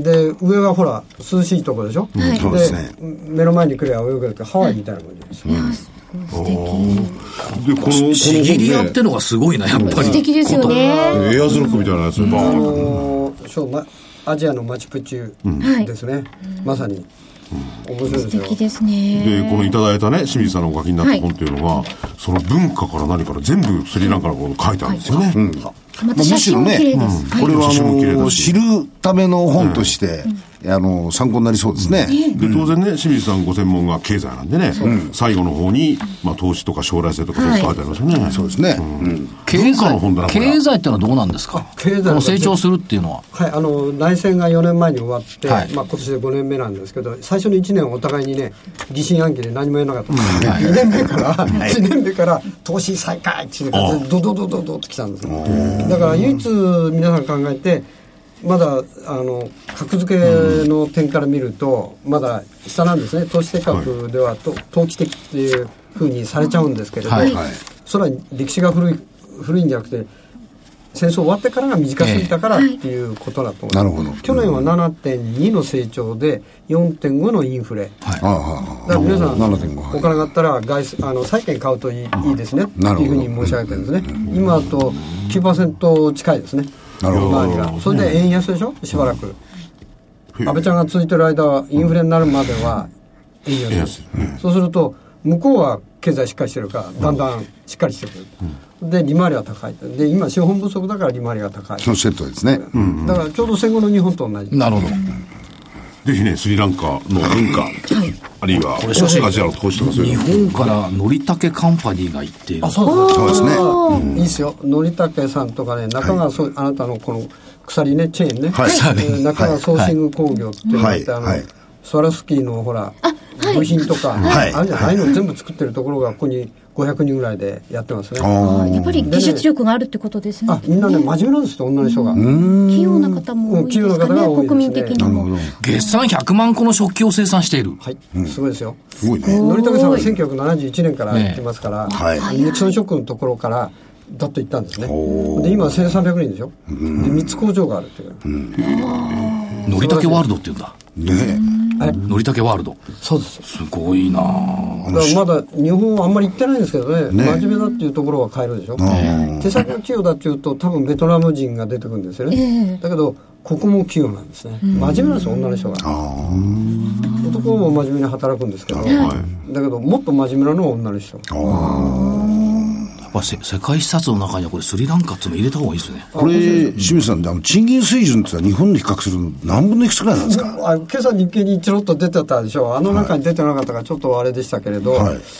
で上がほら涼しいとこでしょ、はい、でそうですね、目の前に来れば泳げるってハワイみたいな感じです、うんうん、 素敵でこのシギリアってのがすごいなやっぱり素敵ですよね。 エアーズロックみたいなやつ、うん、 あのそう、ま、アジアのマチュピチュですね、うん、まさに面白いですよ。 素敵ですね。 でこのいただいたね清水さんのお書きになった本っていうのが、はい、その文化から何から全部スリランカのこと書いてあるんですよね、はい、うん、 また写真も綺麗です、 まあ、むしろね、うん、これはあの知るための本として、うん、あの参考になりそうですね、 うん、で当然ね清水さんご専門が経済なんでね、うん、最後の方に、まあ、投資とか将来性とかそういう書いてありますよね、はい、 そうですね、うんうん、経済の本だな。経済ってのはどうなんですか。経済の成長するっていうのは、 はい、あの内戦がよねんまえに終わって、はい、まあ、今年でごねんめなんですけど、最初のいちねんはお互いにね疑心暗鬼で何もやらなかった、はい、にねんめからいちねんめから投資再開っていう感じでドドドドドってきたんですよ。だから唯一皆さん考えてまだあの格付けの点から見るとまだ下なんですね。投資的格ではと投機的っていうふうにされちゃうんですけれど、はいはい、それは歴史が古い古いんじゃなくて戦争終わってからが短すぎたからっていうことだと思います、えー、なるほど。去年は ななてんに の成長で よんてんご のインフレ、はい、だから皆さんお金があったら外あの債券買うといい、いいですねっていうふうに申し上げてるんですね。今だと きゅうパーセント 近いですね。なるほど。周りがそれで円安でしょしばらく、うん、安倍ちゃんが続いてる間はインフレになるまでは円安です、うん、そうすると向こうは経済しっかりしてるからだんだんしっかりしてくる、うん、で利回りは高いで今資本不足だから利回りが高いそのセットですね、 うん、だからちょうど戦後の日本と同じ。 なるほど。 ぜひねスリランカの文化、はい、あるいはアジアの投資とかそういう日本からのりたけカンパニーが行っている。 あそうですね、うん、いいですよ。のりたけさんとかね中川、はい、あなたのこの鎖ねチェーンね、はい、中川ソーシング工業っていうのがあって、はいはい、あのスワラスキーのほら部品とか、はい、あるじゃない、ああいうの全部作ってるところがここにごひゃくにんぐらいでやってますね。 あやっぱり技術力があるってことですね。 あみんなね真面目なんですよ女の人が。 器用な方も多いですかね、うん、国民的にも。 月産ひゃくまんこの食器を生産している。 はい、うん、すごいですよ。すごいね。のりたけさんはせんきゅうひゃくななじゅういちねんからやってますから、ねはい、ニクソンショックのところからだっと行ったんですね。で今せんさんびゃくにんでしょ、うん、でみっつ工場があるっていう、うん、 のりたけワールドっていうんだねえのりたけワールド。 そうです。 すごいな。 だからまだ日本はあんまり行ってないんですけど ね, ね真面目だっていうところは変えるでしょ、ね、手先が器用だっていうと多分ベトナム人が出てくるんですよね、えー、だけどここも器用なんですね。真面目なんですよ女の人が。あ男も真面目に働くんですけど、はい、だけどもっと真面目なのは女の人。あやっぱ世界視察の中にはこれスリランカっていうの入れた方がいいですね。 これ清水さんあの賃金水準ってのは日本で比較すると何分のいくつぐらいなんですか。 あ今朝日経にちょろっと出てたでしょ。あの中に出てなかったからちょっとあれでしたけれど、はい、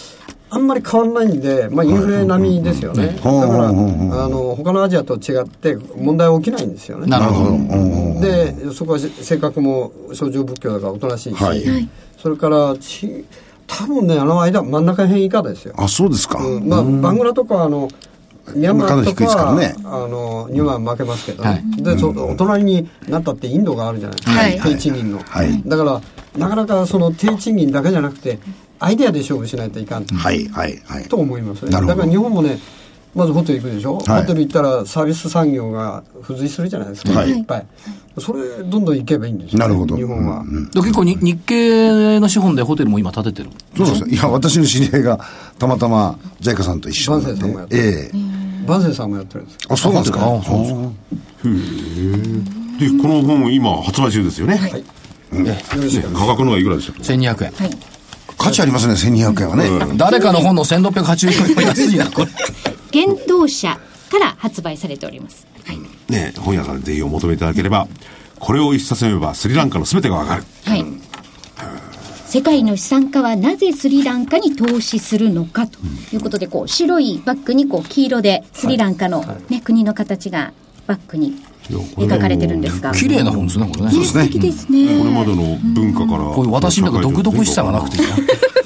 あんまり変わらないんで、まあ、インフレ並みですよね、だからあの他のアジアと違って問題は起きないんですよね。 なるほど。 でそこは性格も少女仏教だからおとなしいし、はい、それからち多分ねあの間真ん中辺以下ですよ。 あ、そうですか。 うん、まあバングラとかあのミャンマーとかは、ね、あのには負けますけどね、はい、で、うん、お隣になったってインドがあるじゃないですか、はい、低賃金の、はい、だからなかなかその低賃金だけじゃなくてアイデアで勝負しないといかん、はいはいはい、と思いますね。だから日本もねまずホテル行くでしょ、はい、ホテル行ったらサービス産業が付随するじゃないですか、はい、いっぱいそれどんどん行けばいいんですよ、ね、 なるほど。 日本は、うんうん、 結構に日系の資本でホテルも今建ててる。 そうですね。いや私の知り合いがたまたまジャイカさんと一緒になって、 バンセイさんもやってる、ええ、バンセイさんもやってるんです。 あ、そうなんですか。あ、そうですか。 へえ。でこの本今発売中ですよね。はい。うん、ね、価格のはいくらでしたっけ。 せんにひゃくえん。はい。 価値ありますね、せんにひゃくえんはね。 うん、誰かの本のせんろっぴゃくはちじゅうえんは安いなこれ。 原動社から発売されております。はい。 ね、本屋さんでぜひお求めいただければ、これを一冊読めばスリランカのすべてがわかる。はい。うん、 世界の資産家はなぜスリランカに投資するのかということで、こう白いバッグにこう黄色でスリランカの、ね、はい、国の形がバッグに描かれてるんですが、 綺麗な本ですねこれね。 そうですね。素敵ですね。 これまでの文化から、 こういう私の中独々しさがなくていいな。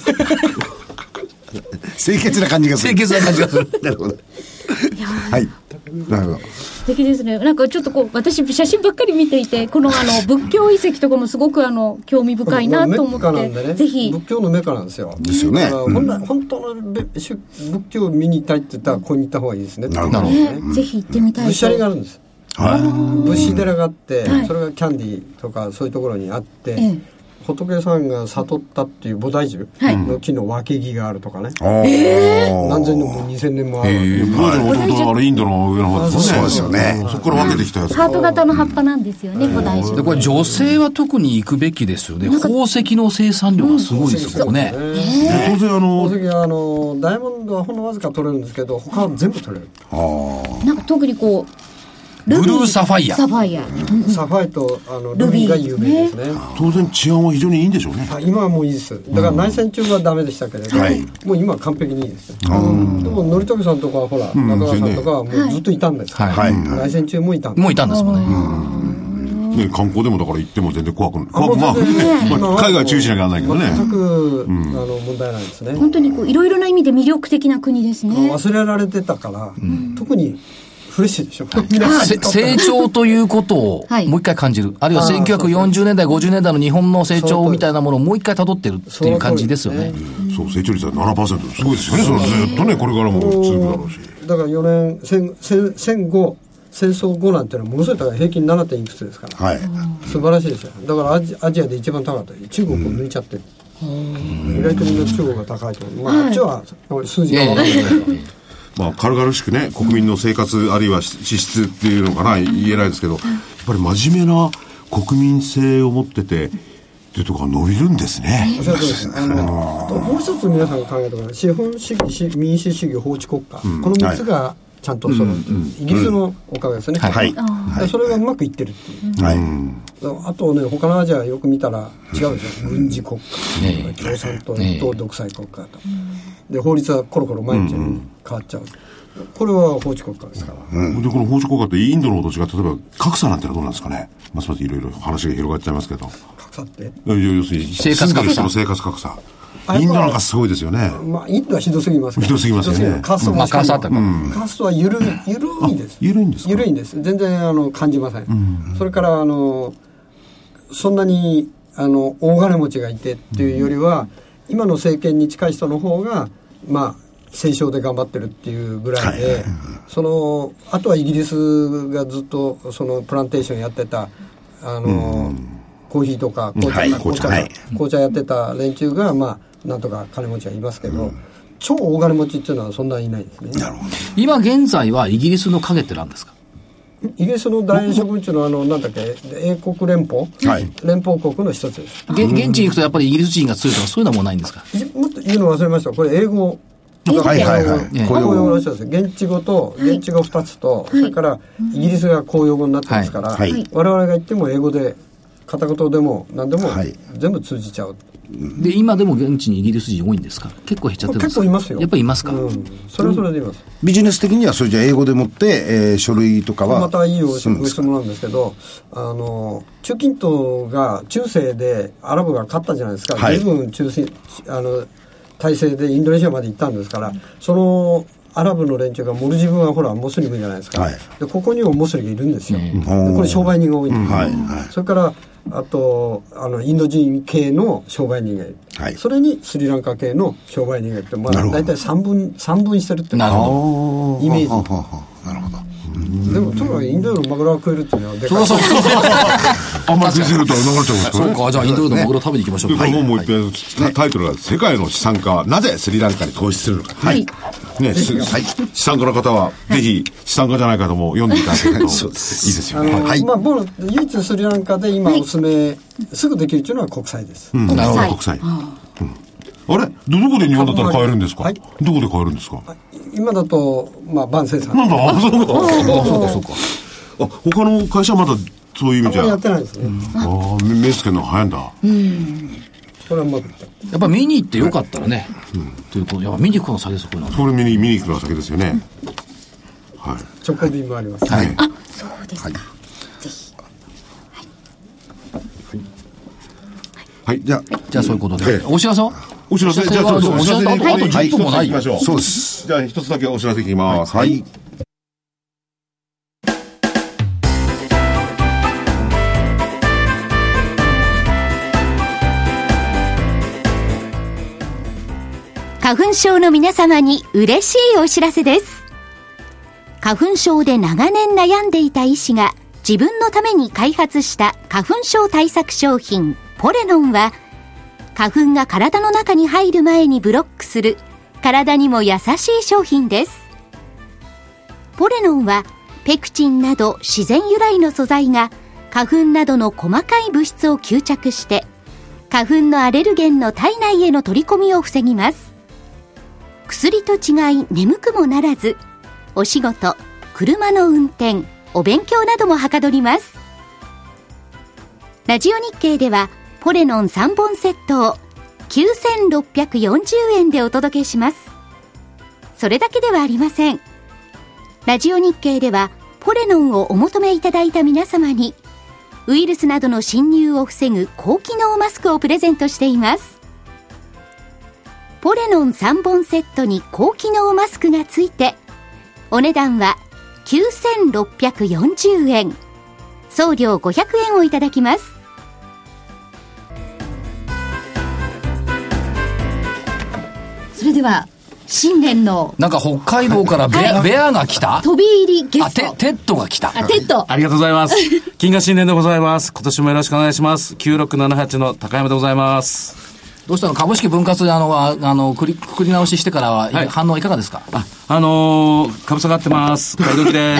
清潔な感じがする。 清潔な感じがする。 なるほど。はい。なるほど。 素敵ですね。なんかちょっとこう私写真ばっかり見ていて、このあの仏教遺跡とかもすごくあの興味深いなと思って、 ね、 ぜひ仏教のメカなんですよ。 ですよね。 うん、本来本当の仏教を見に行きたいって言ったらここに行った方がいいですね。 なるほど、 ね、うん、ぜひ行ってみたいと。 仏舎里があるんです。 はい。 仏師寺があって、はい、それがキャンディーとかそういうところにあって。ええ、仏さんが悟ったっていう菩提樹の木の分け木があるとかね、はい、何千年も二千年もある、えー、菩提樹のあれインドの上の方ですね。 そうですよね。 そこから分けてきたやつ、 ハート型の葉っぱなんですよね、菩提樹。 でこれ女性は特に行くべきですよね。宝石の生産量がすごいですよね。 当然あの宝石はあのダイヤモンドはほんのわずか取れるんですけど他は全部取れる。 あ、なんか特にこうブルーサファイア、 サファイア、 うん、サファイとあのルビーが有名ですね。 当然治安は非常にいいんでしょうね。 あ、今はもういいです。だから内戦中はダメでしたけれど、うん、はい、もう今は完璧にいいです。うん、でも則武さんとかはほら、うん、中川さんとかはもうずっといたんですから、はい、内戦中もいたんです。 もういたんですもんね。 うんね、観光でもだから行っても全然怖くない。怖く、まあ、まあ、海外注意しなきゃならないけどね。 全く、うん、あの問題ないですね。 本当にこういろいろな意味で魅力的な国ですね。 忘れられてたから、うん、特にフレッシュでしょ。 成長ということをもう一回感じる、はい、あるいはせんきゅうひゃくよんじゅうねんだいごじゅうねんだいの日本の成長みたいなものをもう一回辿ってるっていう感じですよね。 そう、成長率は ななパーセント すごいですよね。それずっとねこれからも続くだろうし、 だからよねん戦戦後戦争後なんていうのはものすごい高い、平均 ななてん いくつですから、はい、素晴らしいですよ。だからアジ、アジアで一番高かった。中国を抜いちゃってる、うん、意外とみんな中国が高いと思う、まあ、あっちは数字が分からないけど、 まあ、軽々しくね国民の生活あるいは支出っていうのかな言えないですけど、やっぱり真面目な国民性を持っててっていうところが伸びるんですね。 おっしゃるとおりです。あのもう一つ皆さんが考えたのは資本主義、民主主義、法治国家、うん、このみっつがちゃんと揃ってる、うん、イギリスのおかげですね、うん、はい、はい、それがうまくいってるっていう、はい、あとね他のアジアよく見たら違うんですよ、軍事国家、ね、共産党と独裁国家と、で法律はコロコロ毎日変わっちゃう、うん、これは法治国家ですから、 うん、でこの法治国家ってインドのと違って例えば格差なんてのはどうなんですかね。ますますいろいろ話が広がっちゃいますけど、 格差って要するに生活格差、生活格差、インドなんかすごいですよね。 まあ、インドはひどすぎますね。 ひどすぎますよね。 カーストもしかり、うん、カーストは緩い、緩いです。 緩いんですか。 緩いんです。全然あの感じません。うん、それからあのそんなにあの大金持ちがいてっていうよりは、うん、今の政権に近い人の方がまあ清少で頑張ってるっていうぐらいで、はい、そのあとはイギリスがずっとそのプランテーションやってたあの、うん、コーヒーとか紅茶、はい、紅茶、はい、紅茶やってた連中がまあなんとか金持ちはいますけど、うん、超大金持ちっていうのはそんなにいないですね。なるほど。 今現在はイギリスの影って何ですか。 イギリスの大英諸君っていうのはあのなんだっけ、英国連邦、はい、連邦国の一つです。 現地に行くとやっぱりイギリス人が強いとかそういうのはもうないんですか。 もっと言うの忘れました。これ英語、はいはいはい、公用語の人です。現地語と現地語ふたつと、はい、それからイギリスが公用語になってますから、はいはい、我々が言っても英語で片言でも何でも全部通じちゃう。 で、今でも現地にイギリス人多いんですか？結構減っちゃってるんですか？ 結構いますよ。 やっぱりいますか？ うん、それはそれでいます。 ビジネス的にはそれじゃ英語でもって、えー、書類とかはまたいいお質問なんですけど、あの中近東が中世でアラブが勝ったじゃないですか。 はい、 随分中世あの体制でインドネシアまで行ったんですから、そのアラブの連中がモルジブはほらモスリムじゃないですか、はい、でここにもモスリムがいるんですよ、うん、でこれ商売人が多いんですよ、うんはいはい、それからあとあのインド人系の商売人がいる、はい、それにスリランカ系の商売人がいるって、まあ、大体さんぶんさんぶんしてるっていうイメージ。 なるほど。 でもとにかくインド洋のマグロが食えるっていうのはでかい。 そうそうそうあんまり出てると流れちゃうんですかね。 そうか、じゃあインド洋のマグロ食べに行きましょうか。 で、このもう一遍、はい、タイトルが世界の資産家はなぜスリランカに投資するのか。はい。ね、はい、資産家の方は、ぜひ資産家じゃない方も読んでいただけるといいですよね。 はい。まあ、僕唯一スリランカで今おすすめ、はい、すぐできるっていうのは国債です。 うん、なるほど、国債。うんあれどこで日本だったら買えるんですか？はい、どこで買えるんですか？ 今だと、まあ、万世さん。 なんだ、あ、そうか。そうか、そうか。あ、他の会社はまだそういう意味じゃ。 あんまりやってないですね。 うん、ああ、目つけるのが早いんだ。うん。 これはまだ。 やっぱ見に行ってよかったらね。うん。ということ、やっぱ見に行くの先です、これなんだ。 それ見に、見に行くのが先ですよね。 はい。直行便もあります。 はい。あ、そうですか。ぜひ。 はい。じゃあ、 じゃあそういうことで。お知らせはお知らせ、じゃあ、お知らせ、あとじゅっぷんもないよ。 そうです。 じゃあ、一つだけお知らせいきます。はい。 花粉症の皆様に嬉しいお知らせです。花粉症で長年悩んでいた医師が自分のために開発した花粉症対策商品ポレノンは、花粉が体の中に入る前にブロックする体にも優しい商品です。ポレノンはペクチンなど自然由来の素材が花粉などの細かい物質を吸着して花粉のアレルゲンの体内への取り込みを防ぎます。薬と違い眠くもならず、お仕事、車の運転、お勉強などもはかどります。ラジオ日経ではポレノンさんぼんセットをきゅうせんろっぴゃくよんじゅうえんでお届けします。それだけではありません。ラジオ日経ではポレノンをお求めいただいた皆様にウイルスなどの侵入を防ぐ高機能マスクをプレゼントしています。ポレノンさんぼんセットに高機能マスクがついてお値段はきゅうせんろっぴゃくよんじゅうえん、送料ごひゃくえんをいただきます。それでは新年のなんか北海道からベア、はい、ベアが来た飛び入りゲスト。 あ、テッドが来た。 あ、テッド。 ありがとうございます。金河新年でございます。今年もよろしくお願いします。きゅうろくななはちの高山でございます。 どうしたの？株式分割であの、あの、くり、くくり直ししてからは、はい、反応いかがですか？ あ、あのー、株下がってます。買い時です。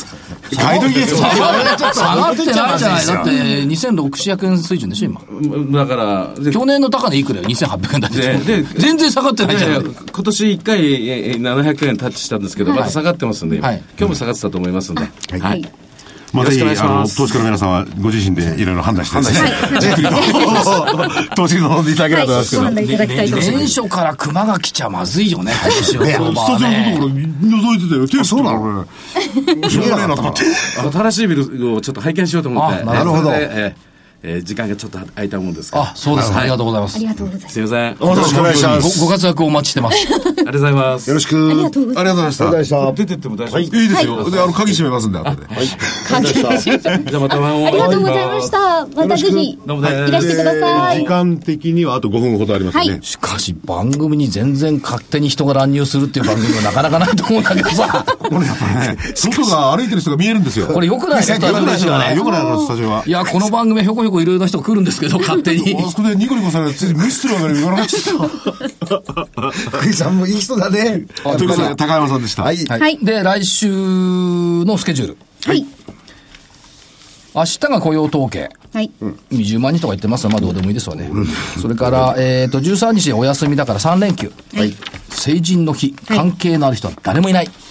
買い時ですか？ 下がってないじゃない。だって、にせんろくひゃくえん水準でしょ、今。 だから、 去年の高値いくらよ？にせんはっぴゃくえんだけで。で、全然下がってないじゃない。 今年いっかいななひゃくえんタッチしたんですけど、はい、また下がってますんで、はい、今日も下がってたと思いますんで。はい。はいまあ、ぜひ、あの、投資家の皆さんはご自身でいろいろ判断してですね。はい。投資に臨んでいただければと思いますけど。 判断いただきたいと思います。 年初から熊が来ちゃまずいよね。 スタジオのところ覗いてたよ。手そうなのしょうがねえなと思って。 新しいビルをちょっと拝見しようと思って。 なるほど。 えー、時間がちょっと空いたもんですから。 あ、そうですか。ありがとうございます。 ありがとうございます。 すいません。 よろしくお願いします。 ご活躍お待ちしてます。 ありがとうございます。 よろしく。 ありがとうございます。 ありがとうございました。 出てっても大丈夫ですか？いいですよ。で、あの、鍵閉めますんで、後で。はい。 鍵閉めじゃあまた晩を。 ありがとうございました。またぜひ、 どうもね。 いらしてください。 時間的にはあとごふんほどありますね。 しかし、番組に全然勝手に人が乱入するっていう番組はなかなかないと思うんだけどさ。 これやっぱりね、外が歩いてる人が見えるんですよ。 これ良くないですか？ 良くないですよね。良くないの、スタジオは。 いや、この番組ひょこひょこいろいろな人来るんですけど、勝手に。 あそこでニコニコされて、つい無視するわけに言わなかった。 福井さんもいい人だね。 ということで、高山さんでした。 はい。 はい。で、来週のスケジュール。 はい。 明日が雇用統計。 はい。 にじゅうまんにんとか言ってますが、まあどうでもいいですわね。それから、えっと、じゅうさんにちお休みだからさんれんきゅう。はい。成人の日、関係のある人は誰もいない。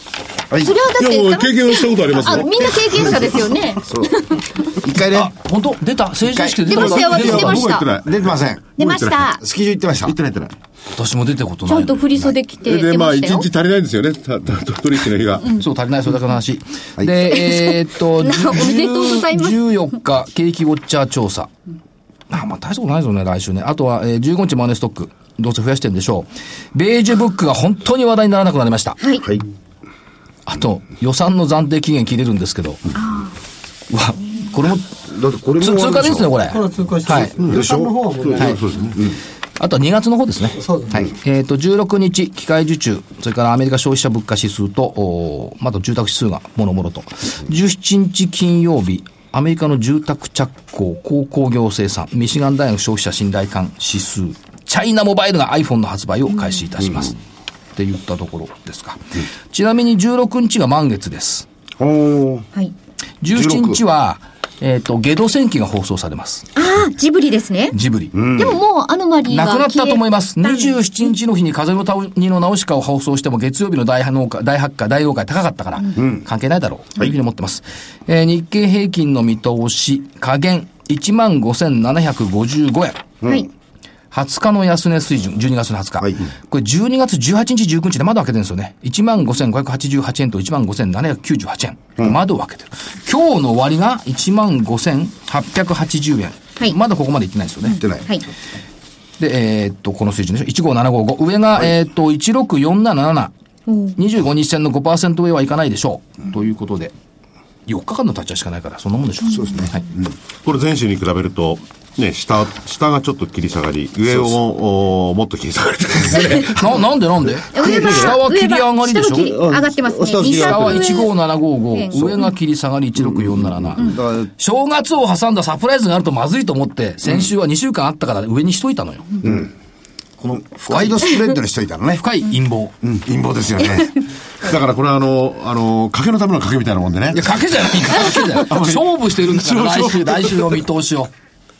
それはだって。 いや、もう経験したことありますよ。 あ、みんな経験者ですよね。 そう。一回ね。 あ、本当出た政治意識で出ましたよ、私出ました。 出てません。 出ました。 スキー場行ってました。 行ってない行ってない。 私も出てことない。 ちゃんと振り袖着てで、まあ、一出ましたよ。 日足りないんですよね、たた取引の日が。 そう、足りない、それだけの話。 はいで、えーっと、 おめでとうございますじゅうよっか、景気ウォッチャー調査。あ、まあ、大したことないですよね、来週ね。あとは、えー、じゅうごにちマネーストック。どうせ増やしてるんでしょう。ベージュブックが本当に話題にならなくなりました。 はい。 はい。 あと、予算の暫定期限切れるんですけど。うわ、これも、 だってこれもつ通過ですね、これ。 これは通過してます。 はい予算の方は問題ない。 そうですね。 あとはにがつの方ですね。 そうですね。 はい。えっ、と、じゅうろくにち、機械受注、それからアメリカ消費者物価指数と、おまだ住宅指数がもろもろと。じゅうしちにち金曜日、アメリカの住宅着工、鉱工業生産、ミシガン大学消費者信頼感指数、チャイナモバイルが iPhone の発売を開始いたします。って言ったところですか。ちなみにじゅうろくにちが満月です。 おー。 はい。 じゅうしちにちは、えっ、と、ゲド戦記が放送されます。 ああ、ジブリですね。 ジブリ。 でももうアノマリーはなくなったと思います。 消えにじゅうしちにちの日に風の谷のナウシカを放送しても月曜日の大発会、大発会、大納会高かったから、関係ないだろうというふうに思ってます。えー日経平均の見通し、下限 いちまんごせんななひゃくごじゅうごえん。 はい。 はつかの安値水準、じゅうにがつのはつか。 はいこれじゅうにがつじゅうはちにち、じゅうくにちで窓開けてるんですよね。いちまんごせんごひゃくはちじゅうはちえんといちまんごせんななひゃくきゅうじゅうはちえん。窓を開けてる。今日の終わりがいちまんごせんはっぴゃくはちじゅうえん。 はいまだここまで行ってないですよね。 行ってない。 はい。 で、えーっと、この水準でしょ。いちごーななごご。上が、えーっと、いちろくよんなななな。にじゅうごにち線の ごパーセント 上はいかないでしょう。ということで、よっかかんの立ち会いしかないから、そんなもんでしょう。そうですね。はい。 これ前週に比べると、ね、下、下がちょっと切り下がり、上をおもっと切り下がりですね。 な、なんでなんで上は下は切り上がりでしょ。 下は切り上がってますね。 下は切り上が下はにひゃくいちごーななごご、上が切り下がりいちろくよんななな。 だから正月を挟んだサプライズがあるとまずいと思って、先週はにしゅうかんあったから上にしといたのよ。このワイドスプレッドにしといたのね。 深い陰謀。 うん、陰謀ですよね。 だからこれはあの、あの、賭けのための賭けみたいなもんでねいや、。賭けじゃないか。賭けじゃない。勝負してるんだから、来週、来週の見通しを。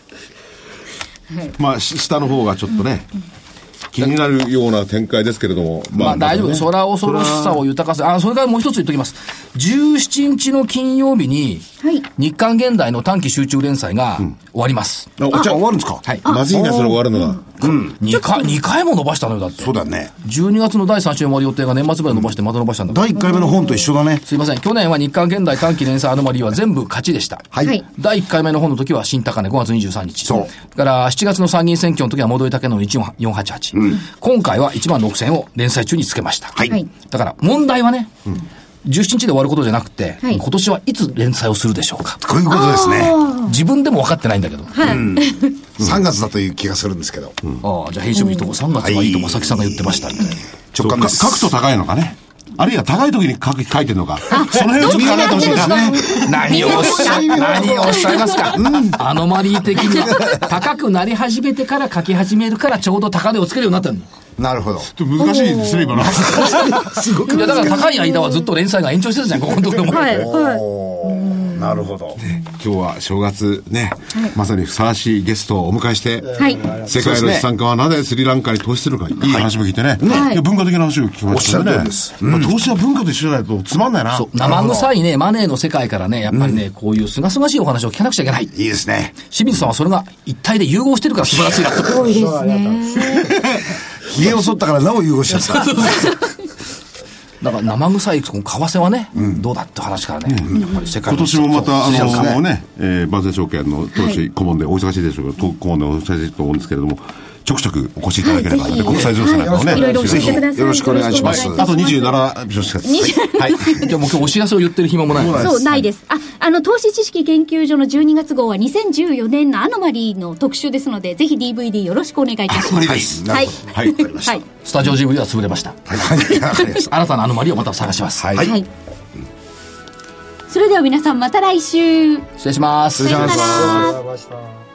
まあ、し下の方がちょっとね、気になるような展開ですけれども。 まあ大丈夫。 ねそら恐ろしさを豊かせ。あ、それからもう一つ言っときます。じゅうしちにちの金曜日に、 はい。 日刊現代の短期集中連載が終わります。 あ、じゃあ終わるんですか？ はい。 まずいな、それ終わるのが。 にかい、にかいも伸ばしたのよ、だって。 そうだね。 じゅうにがつのだいさん週終わる予定が年末まで伸ばしてまた伸ばしたんだから。 だいいっかいめの本と一緒だね。 すいません。去年は日刊現代短期連載アノマリーは全部勝ちでした。 はい。 はいだいいっかいめの本の時は新高値ごがつにじゅうさんにち。 そうだからしちがつの参議院選挙の時は戻り高値のいちよんはちはち。今回はいちまんろくせんを連載中につけました。 はい。 はい。 だから問題はね、じゅうしちにちで終わることじゃなくて、 はい今年はいつ連載をするでしょうか。 こういうことですね。 自分でも分かってないんだけど。 さんがつだという気がするんですけど。 ああ、じゃあ編集部いいとこさんがつはいいと正木さんが言ってましたみたいな。 直感です。 か書くと高いのかね。あるいは高い時に書く書いてるのか。その辺をちょっと考えてほしいですね。 何をおっしゃい、何をおっしゃいますか。アノマリー的に高くなり始めてから書き始めるからちょうど高値をつけるようになったの。 なるほど。 ちょっと難しいですね、今の。 すごくいや、だから高い間はずっと連載が延長してたじゃん、ここのところも。 はい。はい。 おーなるほど。 今日は正月ね、まさにふさわしいゲストをお迎えして、 はい。 世界の資産家はなぜスリランカに投資するのか、いい話も聞いてね。 はいいや文化的な話を聞きましたよね。 おっしゃる通りですまあ投資は文化と一緒じゃないとつまんないな。 そう、生臭いね、マネーの世界からね、やっぱりね、こういう清々しいお話を聞かなくちゃいけない。 いいですね。 清水さんはそれが一体で融合してるから素晴らしいなと。 多いですね。 髭を剃ったからなお融合しちゃった。 だから生臭いこの為替はね、どうだって話からね、やっぱり世界の今年もまた、あそうそうの、ね、えー、万世証券の投資顧問でお忙しいでしょうけど、顧問でお忙しいと思うんですけれども、ちょくちょくお越しいただければ、 はいで国際情勢なんかをね、 いろいろ教えてください。 よろしくお願いしますあとにじゅうななびょうしかです。 はい。じゃあもう今日お知らせを言ってる暇もない。 そう、ないです。あ、あの、投資知識研究所のじゅうにがつ号はにせんじゅうよねんのアノマリーの特集ですので、ぜひ ディーブイディー よろしくお願いいたします。 はい。 はい。 はい。 わかりました。 はい。 スタジオジブリは潰れました。 はい。わかりました。 新たなアノマリをまた探します。 はい。 はい。それでは皆さんまた来週。 失礼します。 さようなら。 ありがとうございました。